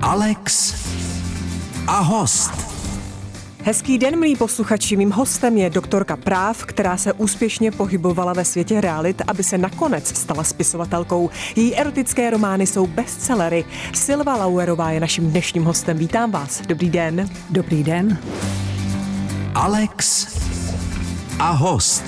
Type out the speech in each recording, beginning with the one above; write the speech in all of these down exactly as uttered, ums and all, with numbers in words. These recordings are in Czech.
Alex a host. Hezký den, milí posluchači. Mým hostem je doktorka práv, která se úspěšně pohybovala ve světě realit, aby se nakonec stala spisovatelkou. Její erotické romány jsou bestsellery. Silva Lauerová je naším dnešním hostem. Vítám vás. Dobrý den. Dobrý den. Alex a host.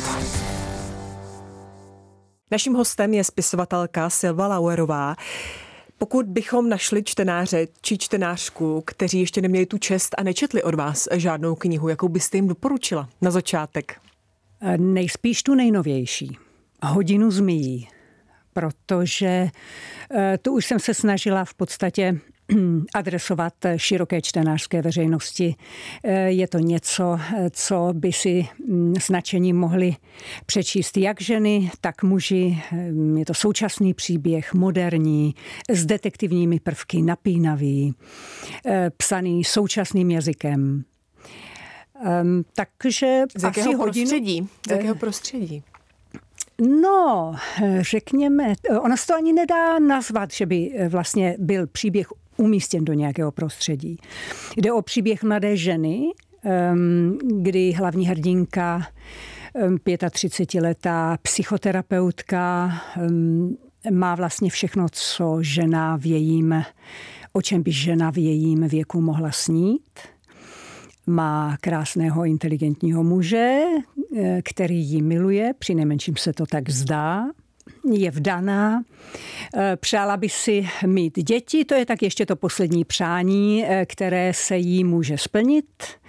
Naším hostem je spisovatelka Silva Lauerová. Pokud bychom našli čtenáře či čtenářku, kteří ještě neměli tu čest a nečetli od vás žádnou knihu, jakou byste jim doporučila na začátek? Nejspíš tu nejnovější. Hodinu zmijí. Protože tu už jsem se snažila v podstatě adresovat široké čtenářské veřejnosti. Je to něco, co by si s nadšením mohli přečíst jak ženy, tak muži. Je to současný příběh, moderní, s detektivními prvky, napínavý, psaný současným jazykem. Takže z jakého prostředí? Z jakého prostředí? No, řekněme, ono se to ani nedá nazvat, že by vlastně byl příběh umístěn do nějakého prostředí. Jde o příběh mladé ženy, kdy hlavní hrdinka, třicetiletá psychoterapeutka, má vlastně všechno, co žena v jejím, o čem by žena v jejím věku mohla snít. Má krásného, inteligentního muže, který ji miluje, přinejmenším se to tak zdá. Je vdaná, přála by si mít děti, to je tak ještě to poslední přání, které se jí může splnit.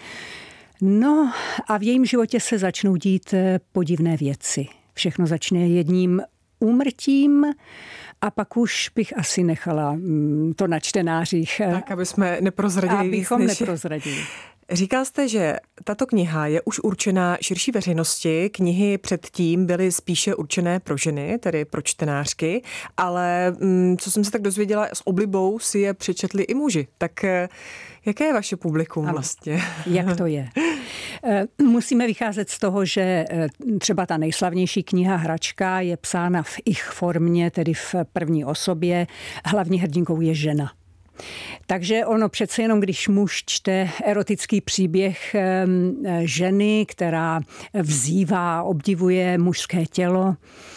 No a v jejím životě se začnou dít podivné věci. Všechno začne jedním úmrtím a pak už bych asi nechala to na čtenářích. Tak, aby jsme neprozradili. Abychom než... neprozradili. Říkal jste, že tato kniha je už určená širší veřejnosti. Knihy předtím byly spíše určené pro ženy, tedy pro čtenářky, ale co jsem se tak dozvěděla, s oblibou si je přečetli i muži. Tak jaké je vaše publikum ano, vlastně? Jak to je? Musíme vycházet z toho, že třeba ta nejslavnější kniha Hračka je psána v ich formě, tedy v první osobě. Hlavní hrdinkou je žena. Takže ono přece jenom, když muž čte erotický příběh ženy, která vzývá, obdivuje mužské tělo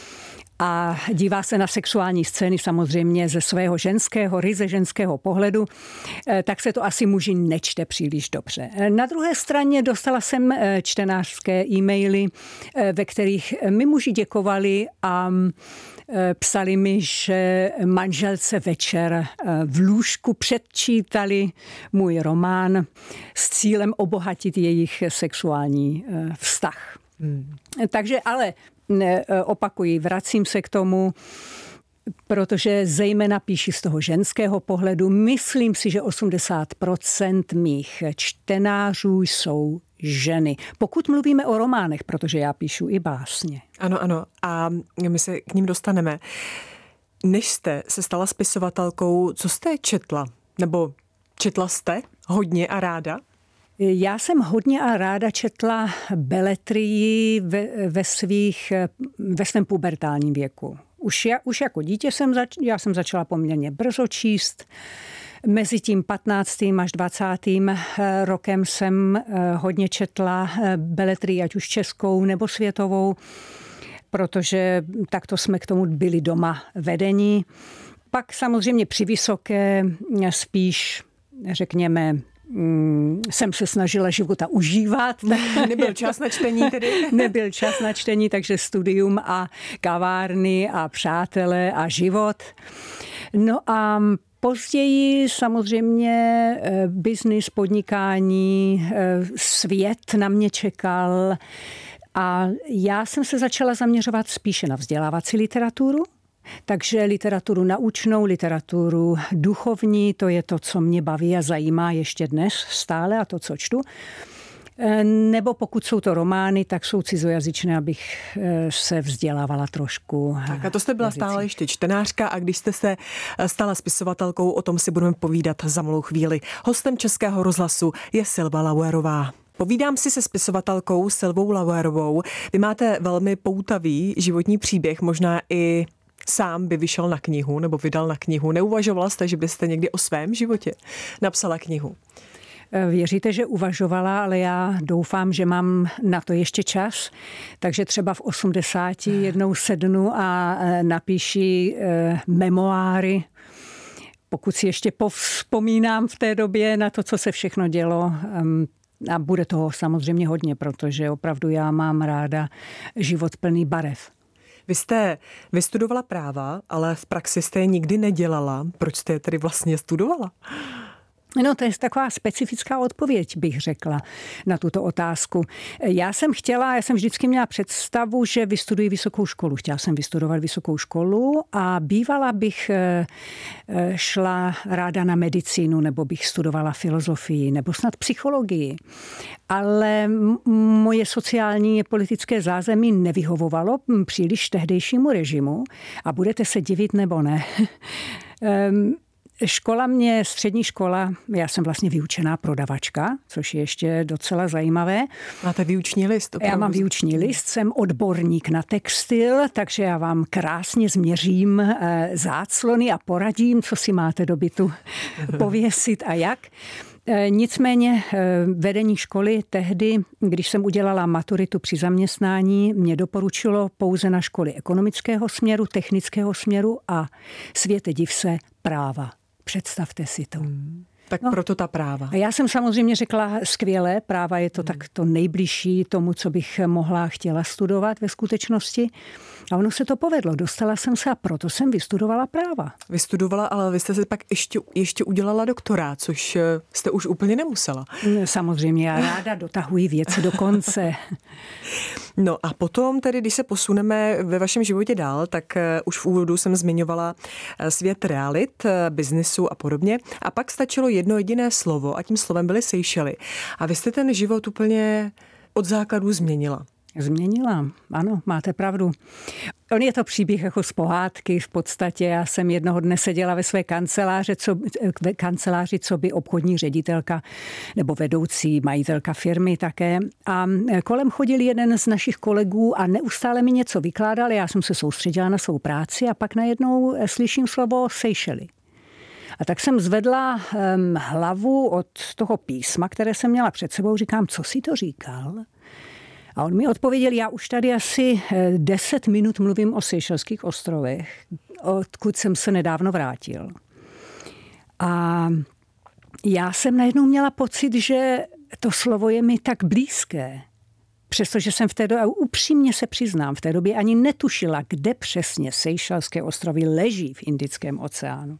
a dívá se na sexuální scény samozřejmě ze svého ženského, ryze ženského pohledu, tak se to asi muži nečte příliš dobře. Na druhé straně dostala jsem čtenářské e-maily, ve kterých mi muži děkovali a psali mi, že manželce večer v lůžku předčítali můj román s cílem obohatit jejich sexuální vztah. Hmm. Takže ale opakuji, vracím se k tomu, protože zejména píši z toho ženského pohledu. Myslím si, že osmdesát procent mých čtenářů jsou ženy. Pokud mluvíme o románech, protože já píšu i básně. Ano, ano. A my se k ním dostaneme. Než jste se stala spisovatelkou, co jste četla? Nebo četla jste hodně a ráda? Já jsem hodně a ráda četla beletrii ve, ve, svých, ve svém pubertálním věku. Už, já, už jako dítě jsem, zač, já jsem začala poměrně brzo číst. Mezi tím patnáctým až dvacátým rokem jsem hodně četla beletrii, ať už českou nebo světovou, protože takto jsme k tomu byli doma vedení. Pak samozřejmě při vysoké spíš, řekněme, jsem se snažila života užívat. Nebyl čas na čtení tedy? Nebyl čas na čtení, takže studium a kavárny a přátelé a život. No a později samozřejmě biznis, podnikání, svět na mě čekal a já jsem se začala zaměřovat spíše na vzdělávací literaturu. Takže literaturu naučnou, literaturu duchovní, to je to, co mě baví a zajímá ještě dnes stále a to, co čtu. Nebo pokud jsou to romány, tak jsou cizojazyčné, abych se vzdělávala trošku. Tak a to jste byla stále ještě čtenářka a když jste se stala spisovatelkou, o tom si budeme povídat za malou chvíli. Hostem Českého rozhlasu je Silva Lauerová. Povídám si se spisovatelkou Silvou Lauerovou. Vy máte velmi poutavý životní příběh, možná i sám by vyšel na knihu nebo vydal na knihu? Neuvažovala jste, že byste někdy o svém životě napsala knihu? Věříte, že uvažovala, ale já doufám, že mám na to ještě čas. Takže třeba v osmdesáti jednou sednu a napíši memoáry. Pokud si ještě povzpomínám v té době na to, co se všechno dělo. A bude toho samozřejmě hodně, protože opravdu já mám ráda život plný barev. Vy jste vystudovala práva, ale v praxi jste je nikdy nedělala. Proč jste je tedy vlastně studovala? No, to je taková specifická odpověď, bych řekla, na tuto otázku. Já jsem chtěla, já jsem vždycky měla představu, že vystuduji vysokou školu. Chtěla jsem vystudovat vysokou školu a bývala bych šla ráda na medicínu, nebo bych studovala filozofii, nebo snad psychologii. Ale moje sociální politické zázemí nevyhovovalo příliš tehdejšímu režimu a budete se divit nebo ne. Škola mě, střední škola, já jsem vlastně vyučená prodavačka, což je ještě docela zajímavé. Máte výuční list? Opravdu. Já mám výuční list, jsem odborník na textil, takže já vám krásně změřím záclony a poradím, co si máte do bytu pověsit a jak. Nicméně vedení školy tehdy, když jsem udělala maturitu při zaměstnání, mě doporučilo pouze na školy ekonomického směru, technického směru a světe div se práva. Představte si to. Hmm. Tak no. Proto ta práva. A já jsem samozřejmě řekla skvělé, práva je to hmm. tak to nejbližší tomu, co bych mohla chtěla studovat ve skutečnosti. A ono se to povedlo. Dostala jsem se a proto jsem vystudovala práva. Vystudovala, ale vy jste si pak ještě, ještě udělala doktorát, což jste už úplně nemusela. Samozřejmě, já ráda dotahuji věci do konce. No a potom tedy, když se posuneme ve vašem životě dál, tak už v úvodu jsem zmiňovala svět realit, biznisu a podobně. A pak stačilo jedno jediné slovo a tím slovem byly Seychely. A vy jste ten život úplně od základů změnila. Změnila, ano, máte pravdu. On je to příběh jako z pohádky v podstatě. Já jsem jednoho dne seděla ve své kanceláři, co, kanceláři, co by obchodní ředitelka nebo vedoucí majitelka firmy také. A kolem chodil jeden z našich kolegů a neustále mi něco vykládal. Já jsem se soustředila na svou práci a pak najednou slyším slovo Seychely. A tak jsem zvedla um, hlavu od toho písma, které jsem měla před sebou. Říkám, co si to říkal? A on mi odpověděl, já už tady asi deset minut mluvím o Seychelských ostrovech, odkud jsem se nedávno vrátil. A já jsem najednou měla pocit, že to slovo je mi tak blízké. Přestože jsem v té době, upřímně se přiznám, v té době ani netušila, kde přesně Seychelské ostrovy leží v Indickém oceánu.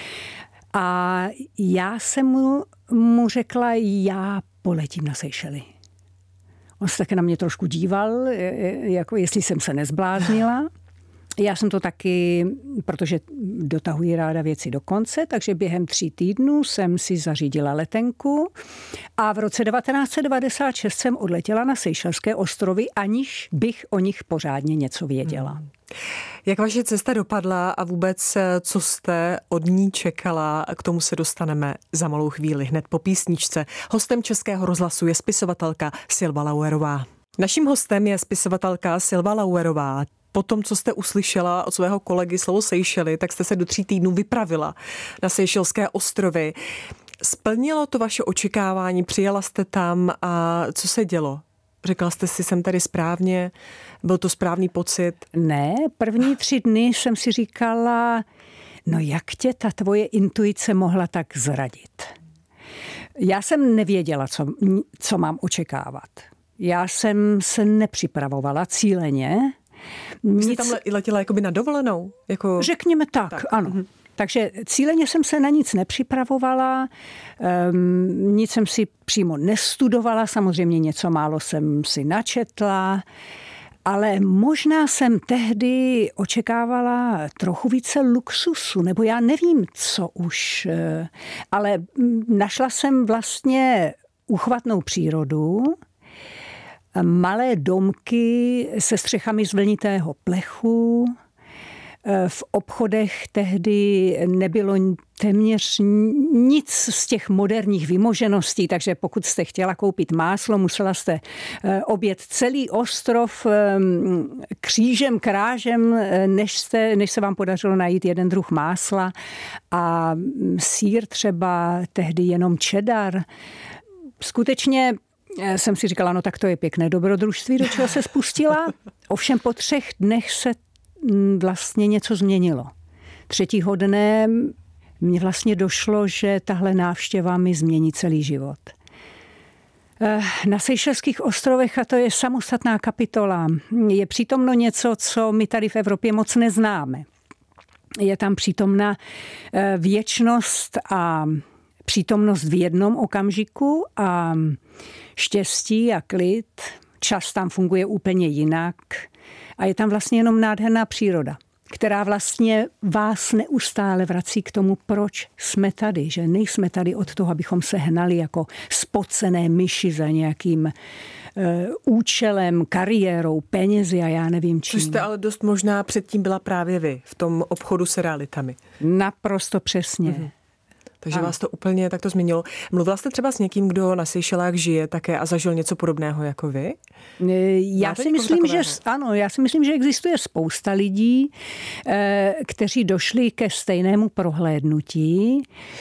A já jsem mu, mu řekla, já poletím na Seychely. On se také na mě trošku díval, jako jestli jsem se nezbláznila. Já jsem to taky, protože dotahuji ráda věci do konce, takže během tří týdnů jsem si zařídila letenku a v roce devatenáct set devadesát šest jsem odletěla na Seychelské ostrovy, aniž bych o nich pořádně něco věděla. Hmm. Jak vaše cesta dopadla a vůbec co jste od ní čekala, k tomu se dostaneme za malou chvíli hned po písničce. Hostem Českého rozhlasu je spisovatelka Silva Lauerová. Naším hostem je spisovatelka Silva Lauerová. Po tom, co jste uslyšela od svého kolegy slovo Seychely, tak jste se do tří týdnů vypravila na Seychelské ostrovy. Splnilo to vaše očekávání? Přijela jste tam a co se dělo? Řekla jste si, jsem tady správně? Byl to správný pocit? Ne, první tři dny jsem si říkala, no jak tě ta tvoje intuice mohla tak zradit? Já jsem nevěděla, co, co mám očekávat. Já jsem se nepřipravovala cíleně. Vy jste tam letěla jakoby na dovolenou? Jako... Řekněme tak, tak. Ano. Mhm. Takže cíleně jsem se na nic nepřipravovala, um, nic jsem si přímo nestudovala, samozřejmě něco málo jsem si načetla, ale možná jsem tehdy očekávala trochu více luxusu, nebo já nevím, co už, ale našla jsem vlastně uchvatnou přírodu, malé domky se střechami z vlnitého plechu. V obchodech tehdy nebylo téměř nic z těch moderních vymožeností, takže pokud jste chtěla koupit máslo, musela jste objet celý ostrov křížem, krážem, než, jste, než se vám podařilo najít jeden druh másla a sýr třeba tehdy jenom cheddar. Skutečně jsem si říkala, no tak to je pěkné dobrodružství, do čeho se spustila. Ovšem po třech dnech se vlastně něco změnilo. Třetího dne mně vlastně došlo, že tahle návštěva mi změní celý život. Na Seychelských ostrovech, a to je samostatná kapitola, je přítomno něco, co my tady v Evropě moc neznáme. Je tam přítomna věčnost a přítomnost v jednom okamžiku a štěstí a klid. Čas tam funguje úplně jinak a je tam vlastně jenom nádherná příroda, která vlastně vás neustále vrací k tomu, proč jsme tady, že nejsme tady od toho, abychom se hnali jako spocené myši za nějakým uh, účelem, kariérou, penězi a já nevím čím. Což jste ale dost možná předtím byla právě vy, v tom obchodu s realitami. Naprosto přesně. Mm-hmm. Takže ano. Vás to úplně tak to změnilo. Mluvila jste třeba s někým, kdo na Seychelách žije také a zažil něco podobného jako vy? Já Máte si myslím, takového? že ano, já si myslím, že existuje spousta lidí, kteří došli ke stejnému prohlédnutí.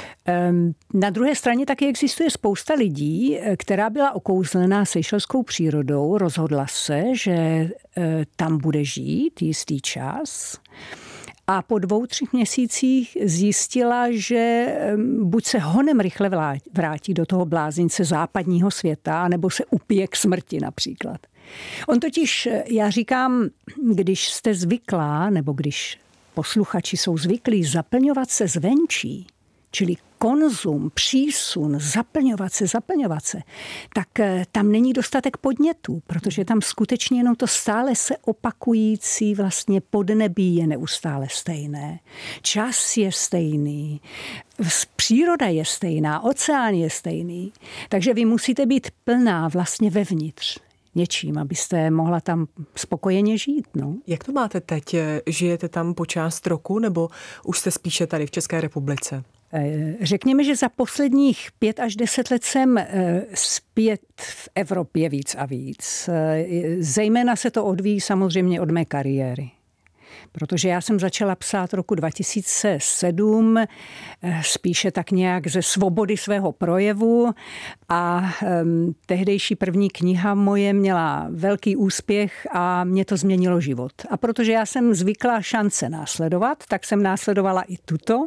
Na druhé straně taky existuje spousta lidí, která byla okouzlená seychelskou přírodou, rozhodla se, že tam bude žít jistý čas. A po dvou, třech měsících zjistila, že buď se honem rychle vrátí do toho blázince západního světa, nebo se upije k smrti například. On totiž, já říkám, když jste zvyklá, nebo když posluchači jsou zvyklí zaplňovat se zvenčí, čili konzum, přísun, zaplňovat se, zaplňovat se, tak tam není dostatek podnětů, protože tam skutečně jenom to stále se opakující vlastně podnebí je neustále stejné. Čas je stejný, příroda je stejná, oceán je stejný, takže vy musíte být plná vlastně vevnitř něčím, abyste mohla tam spokojeně žít. No. Jak to máte teď? Žijete tam po část roku, nebo už jste spíše tady v České republice? Řekněme, že za posledních pět až deset let jsem zpět v Evropě víc a víc. Zejména se to odvíjí samozřejmě od mé kariéry. Protože já jsem začala psát roku dva tisíce sedm, spíše tak nějak ze svobody svého projevu a um, tehdejší první kniha moje měla velký úspěch a mě to změnilo život. A protože já jsem zvykla šance následovat, tak jsem následovala i tuto.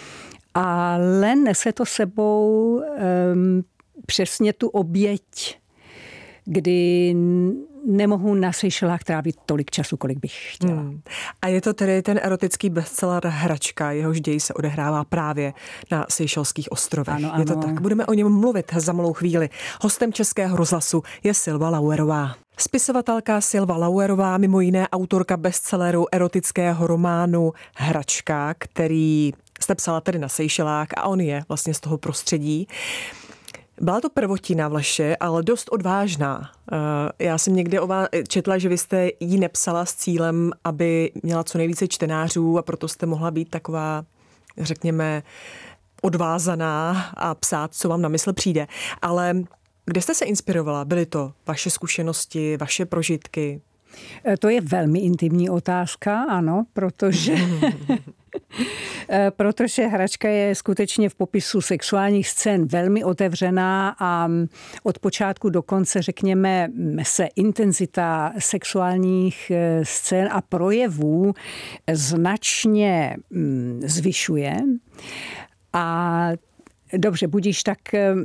Ale nese to sebou um, přesně tu oběť, kdy nemohu na Seychelách trávit tolik času, kolik bych chtěla. Hmm. A je to tedy ten erotický bestseller Hračka, jehož děj se odehrává právě na Seychelských ostrovech. Ano, ano. Je to tak? Budeme o něm mluvit za malou chvíli. Hostem Českého rozhlasu je Silva Lauerová. Spisovatelka Silva Lauerová, mimo jiné autorka bestselleru erotického románu Hračka, který jste psala tedy na Seychelách a on je vlastně z toho prostředí. Byla to prvotina vaše, ale dost odvážná. Já jsem někde o vás četla, že vy jste ji nepsala s cílem, aby měla co nejvíce čtenářů a proto jste mohla být taková, řekněme, odvázaná a psát, co vám na mysl přijde. Ale kde jste se inspirovala? Byly to vaše zkušenosti, vaše prožitky? To je velmi intimní otázka, ano, protože... protože Hračka je skutečně v popisu sexuálních scén velmi otevřená a od počátku do konce, řekněme, se intenzita sexuálních scén a projevů značně zvyšuje. A dobře, budíš tak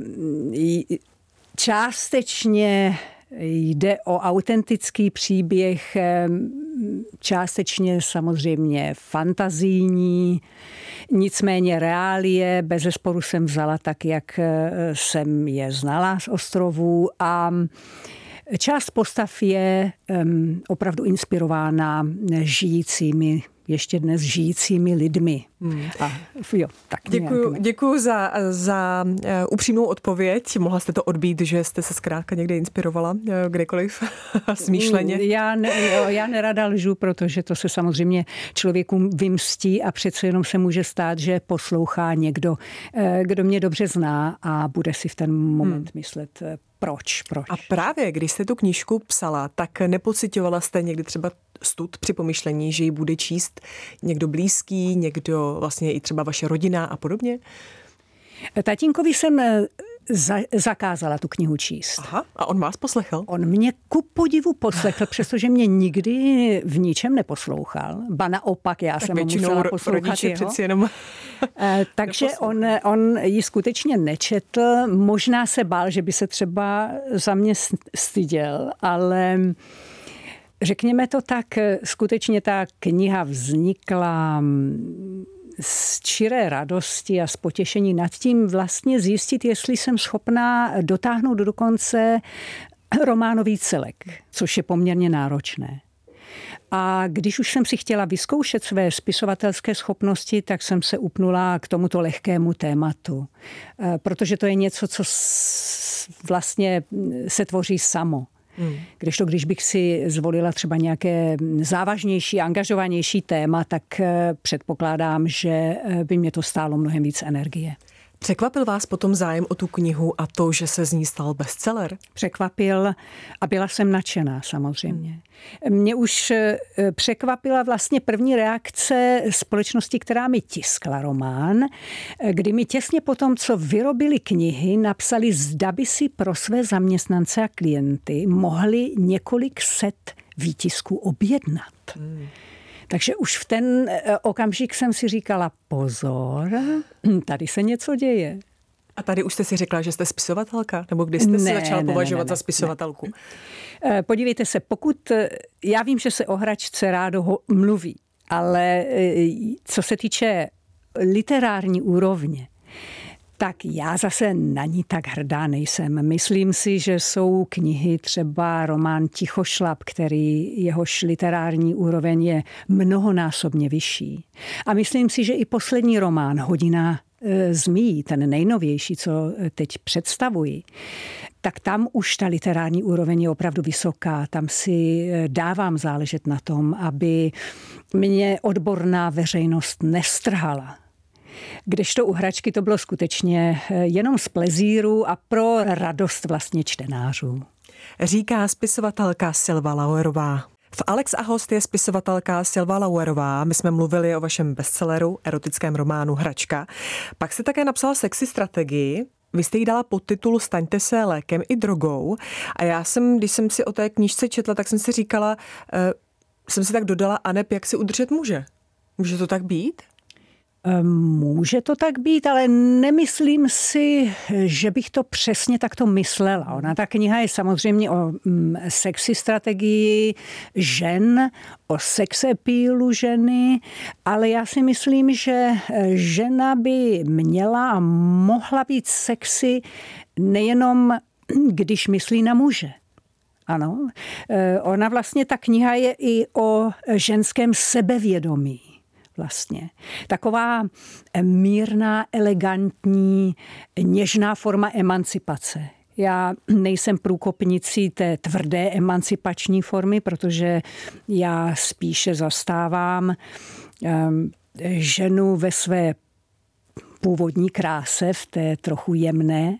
částečně jde o autentický příběh, částečně samozřejmě fantazijní, nicméně reálie, bezesporu jsem vzala tak, jak jsem je znala z ostrovů a část postav je opravdu inspirována žijícími ještě dnes žijícími lidmi. Hmm. A, jo, tak děkuju, děkuju za, za uh, upřímnou odpověď. Mohla jste to odbít, že jste se zkrátka někde inspirovala, uh, kdekoliv smýšleně? Já, ne, já nerada lžu, protože to se samozřejmě člověku vymstí a přece jenom se může stát, že poslouchá někdo, kdo mě dobře zná a bude si v ten moment hmm. myslet, proč, proč. A právě, když jste tu knížku psala, tak nepocitovala jste někdy třeba stud při pomyšlení, že ji bude číst někdo blízký, někdo vlastně i třeba vaše rodina a podobně? Tatínkovi jsem za, zakázala tu knihu číst. Aha, a on vás poslechl? On mě ku podivu poslechl, přestože mě nikdy v ničem neposlouchal. Ba naopak, já tak jsem ho musela poslouchat jeho. Přeci jenom takže on, on ji skutečně nečetl. Možná se bál, že by se třeba za mě styděl, ale řekněme to tak, skutečně ta kniha vznikla z čiré radosti a z potěšení nad tím vlastně zjistit, jestli jsem schopná dotáhnout do konce románový celek, což je poměrně náročné. A když už jsem si chtěla vyzkoušet své spisovatelské schopnosti, tak jsem se upnula k tomuto lehkému tématu. Protože to je něco, co vlastně se tvoří samo. Hmm. Kdežto, když bych si zvolila třeba nějaké závažnější, angažovanější téma, tak předpokládám, že by mě to stálo mnohem víc energie. Překvapil vás potom zájem o tu knihu a to, že se z ní stal bestseller? Překvapil a byla jsem nadšená samozřejmě. Mě už překvapila vlastně první reakce společnosti, která mi tiskla román, kdy mi těsně potom, co vyrobili knihy, napsali, zda by si pro své zaměstnance a klienty mohli několik set výtisků objednat. Hmm. Takže už v ten okamžik jsem si říkala, pozor, tady se něco děje. A tady už jste si řekla, že jste spisovatelka? Nebo kdy jste ne, si začala ne, považovat ne, ne, za spisovatelku? Ne. Podívejte se, pokud, já vím, že se o hračce rádo mluví, ale co se týče literární úrovně, tak já zase na ní tak hrdá nejsem. Myslím si, že jsou knihy, třeba román Tichošlap, který jehož literární úroveň je mnohonásobně vyšší. A myslím si, že i poslední román Hodina zmí, ten nejnovější, co teď představuji, tak tam už ta literární úroveň je opravdu vysoká. Tam si dávám záležet na tom, aby mě odborná veřejnost nestrhala. Kdežto u hračky to bylo skutečně jenom z plezíru a pro radost vlastně čtenářů. Říká spisovatelka Silva Lauerová. V Alex a host je spisovatelka Silva Lauerová. My jsme mluvili o vašem bestselleru, erotickém románu Hračka. Pak jste také napsala sexy strategii. Vy jste jí dala podtitul Staňte se lékem i drogou. A já jsem, když jsem si o té knížce četla, tak jsem si říkala, uh, jsem si tak dodala, aneb, jak si udržet muže. Může to tak být? Může to tak být, ale nemyslím si, že bych to přesně takto myslela. Ona, ta kniha je samozřejmě o sexy strategii žen, o sex appealu ženy, ale já si myslím, že žena by měla a mohla být sexy nejenom, když myslí na muže. Ano, ona vlastně, ta kniha je i o ženském sebevědomí. Vlastně. Taková mírná, elegantní, něžná forma emancipace. Já nejsem průkopnicí té tvrdé emancipační formy, protože já spíše zastávám um, ženu ve své původní kráse, v té trochu jemné.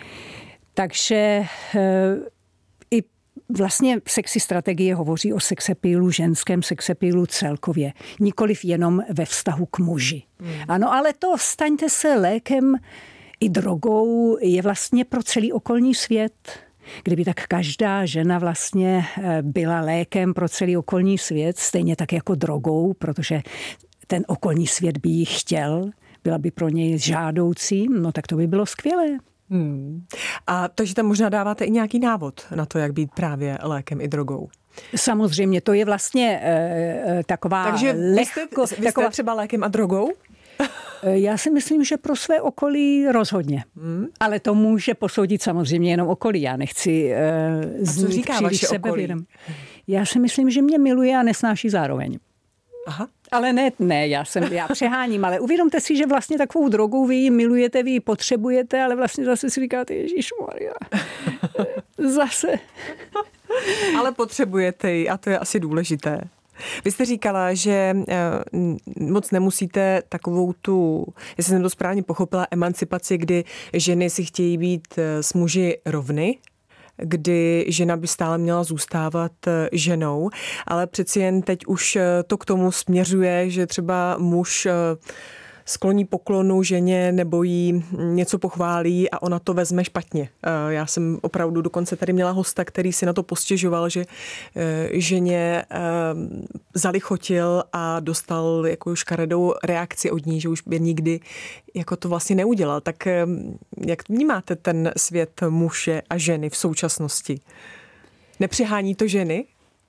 Takže uh, Vlastně sexy strategie hovoří o sex appealu, ženském sex appealu celkově. Nikoliv jenom ve vztahu k muži. Hmm. Ano, ale to staňte se lékem i drogou je vlastně pro celý okolní svět. Kdyby tak každá žena vlastně byla lékem pro celý okolní svět, stejně tak jako drogou, protože ten okolní svět by ji chtěl, byla by pro něj žádoucí, no tak to by bylo skvělé. Hmm. A takže tam možná dáváte i nějaký návod na to, jak být právě lékem i drogou. Samozřejmě, to je vlastně e, taková takže lehko... Takže vy jste, vy jste třeba lékem a drogou? Já si myslím, že pro své okolí rozhodně. Hmm. Ale to může posoudit samozřejmě jenom okolí. Já nechci uh, znít příliš sebevědom. Já si myslím, že mě miluje a nesnáší zároveň. Aha. Ale ne, ne, já jsem, já přeháním, ale uvědomte si, že vlastně takovou drogou vy ji milujete, vy ji potřebujete, ale vlastně zase si říkáte, ježišmarja, zase. Ale potřebujete ji a to je asi důležité. Vy jste říkala, že moc nemusíte takovou tu, jestli jsem to správně pochopila, emancipaci, kdy ženy si chtějí být s muži rovny, kdy žena by stále měla zůstávat ženou, ale přeci jen teď už to k tomu směřuje, že třeba muž skloní poklonu ženě nebo jí něco pochválí a ona to vezme špatně. Já jsem opravdu dokonce tady měla hosta, který si na to postěžoval, že ženě zalichotil a dostal jako škaredou reakci od ní, že už by nikdy jako to vlastně neudělal. Tak jak vnímáte ten svět muže a ženy v současnosti? Nepřihání to ženy?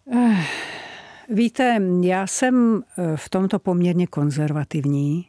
Víte, já jsem v tomto poměrně konzervativní.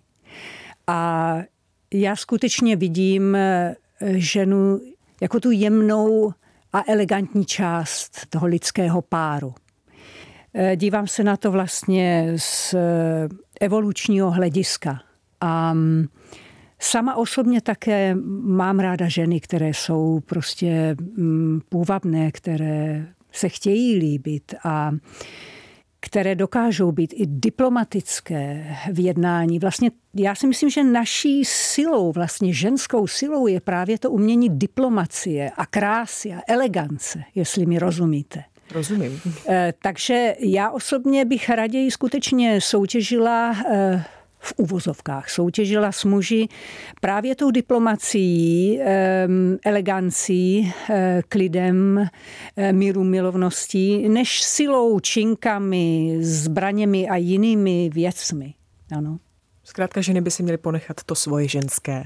A já skutečně vidím ženu jako tu jemnou a elegantní část toho lidského páru. Dívám se na to vlastně z evolučního hlediska. A sama osobně také mám ráda ženy, které jsou prostě půvabné, které se chtějí líbit a které dokážou být i diplomatické v jednání. Vlastně já si myslím, že naší silou, vlastně ženskou silou je právě to umění diplomacie a krásy a elegance, jestli mi rozumíte. Rozumím. Takže já osobně bych raději skutečně soutěžila v uvozovkách, soutěžila s muži právě tou diplomacií, elegancí, klidem, míru milovností, než silou, činkami, zbraněmi a jinými věcmi. Ano. Zkrátka ženy by si měly ponechat to svoje ženské.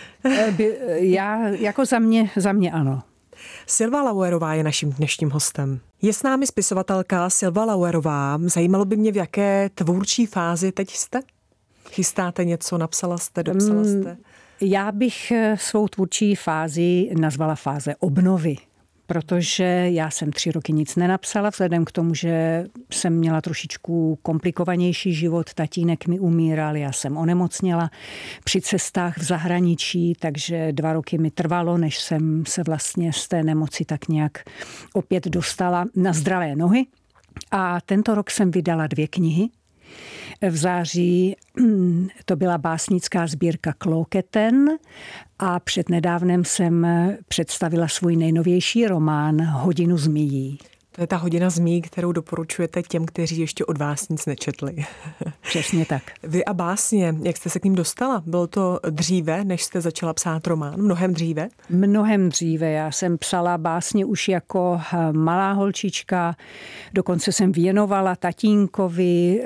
Já, jako za mě, za mě ano. Silva Lauerová je naším dnešním hostem. Je s námi spisovatelka Silva Lauerová. Zajímalo by mě, v jaké tvůrčí fázi teď jste? Chystáte něco, napsala jste, dopsala jste? Já bych svou tvůrčí fázi nazvala fáze obnovy, protože já jsem tři roky nic nenapsala, vzhledem k tomu, že jsem měla trošičku komplikovanější život, tatínek mi umíral, já jsem onemocněla při cestách v zahraničí, takže dva roky mi trvalo, než jsem se vlastně z té nemoci tak nějak opět dostala na zdravé nohy. A tento rok jsem vydala dvě knihy. V září to byla básnická sbírka Klóketen a přednedávnem jsem představila svůj nejnovější román Hodinu zmíjí. To je ta hodina zmí, kterou doporučujete těm, kteří ještě od vás nic nečetli. Přesně tak. Vy a básně, jak jste se k ním dostala? Bylo to dříve, než jste začala psát román? Mnohem dříve? Mnohem dříve. Já jsem psala básně už jako malá holčička. Dokonce jsem věnovala tatínkovi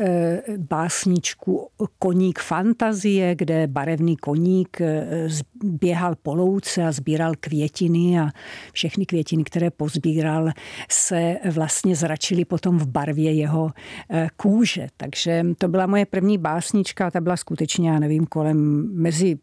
básničku Koník fantazie, kde barevný koník běhal po louce a sbíral květiny a všechny květiny, které pozbíral, se vlastně zračily potom v barvě jeho kůže. Takže to byla moje první básnička, ta byla skutečně, já nevím, kolem mezi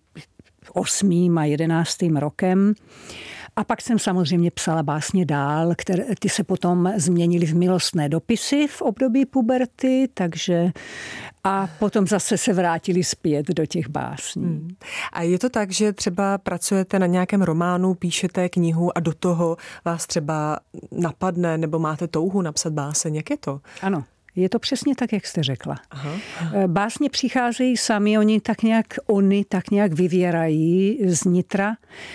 osmým a jedenáctým rokem. A pak jsem samozřejmě psala básně dál, které ty se potom změnily v milostné dopisy v období puberty, takže a potom zase se vrátili zpět do těch básní. Hmm. A je to tak, že třeba pracujete na nějakém románu, píšete knihu a do toho vás třeba napadne nebo máte touhu napsat báseň, jak je to? Ano. Je to přesně tak, jak jste řekla. Aha. Básně přicházejí sami, oni tak nějak, oni tak nějak vyvěrají z nitra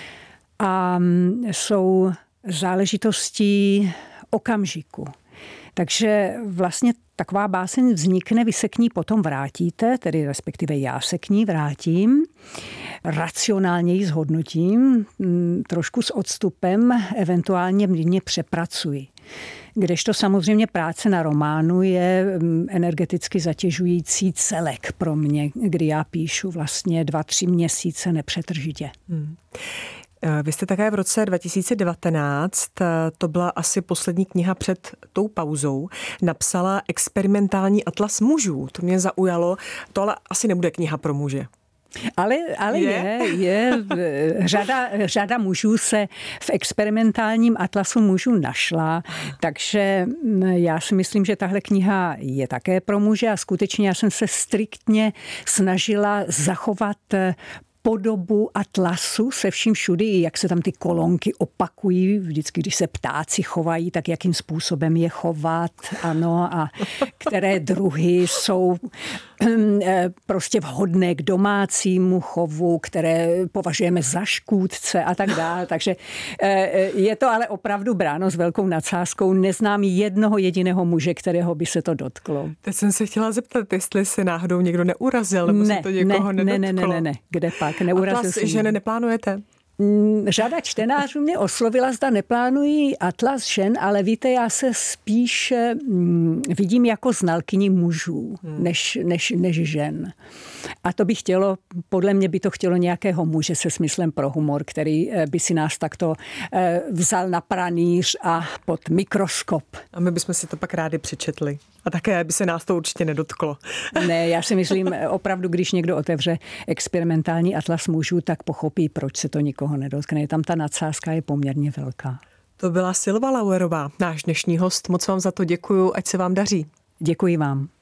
a jsou záležitostí okamžiku. Takže vlastně taková báseň vznikne, vy se k ní potom vrátíte, tedy respektive já se k ní vrátím, racionálně ji zhodnotím, trošku s odstupem, eventuálně mě přepracuji. Kdežto samozřejmě práce na románu je energeticky zatěžující celek pro mě, kdy já píšu vlastně dva, tři měsíce nepřetržitě. Hmm. Vy jste také v roce dva tisíce devatenáct, to byla asi poslední kniha před tou pauzou, napsala experimentální atlas mužů. To mě zaujalo, to ale asi nebude kniha pro muže. Ale, ale je, je, je řada, řada mužů se v experimentálním atlasu mužů našla, takže já si myslím, že tahle kniha je také pro muže a skutečně já jsem se striktně snažila zachovat podobu atlasu se vším všudy, jak se tam ty kolonky opakují, vždycky, když se ptáci chovají, tak jakým způsobem je chovat, ano, a které druhy jsou prostě vhodné k domácímu chovu, které považujeme za škůdce a tak dále. Takže je to ale opravdu bráno s velkou nadsázkou. Neznám jednoho jediného muže, kterého by se to dotklo. Teď jsem se chtěla zeptat, jestli se náhodou někdo neurazil, nebo ne, se to někoho ne, nedotklo. Ne, ne, ne, ne, kde pak? Neurazil Atlas jsem. ženy neplánujete? Řada čtenářů mě oslovila, zda neplánují atlas žen, ale víte, já se spíš vidím jako znalkyni mužů, než, než, než žen. A to by chtělo, podle mě by to chtělo nějakého muže se smyslem pro humor, který by si nás takto vzal na pranýř a pod mikroskop. A my bychom si to pak rádi přečetli. A také by se nás to určitě nedotklo. Ne, já si myslím opravdu, když někdo otevře experimentální atlas mužů, tak pochopí, proč se to nikoho nedotkne. Tam ta nadsázka je poměrně velká. To byla Silva Lauerová, náš dnešní host. Moc vám za to děkuju, ať se vám daří. Děkuji vám.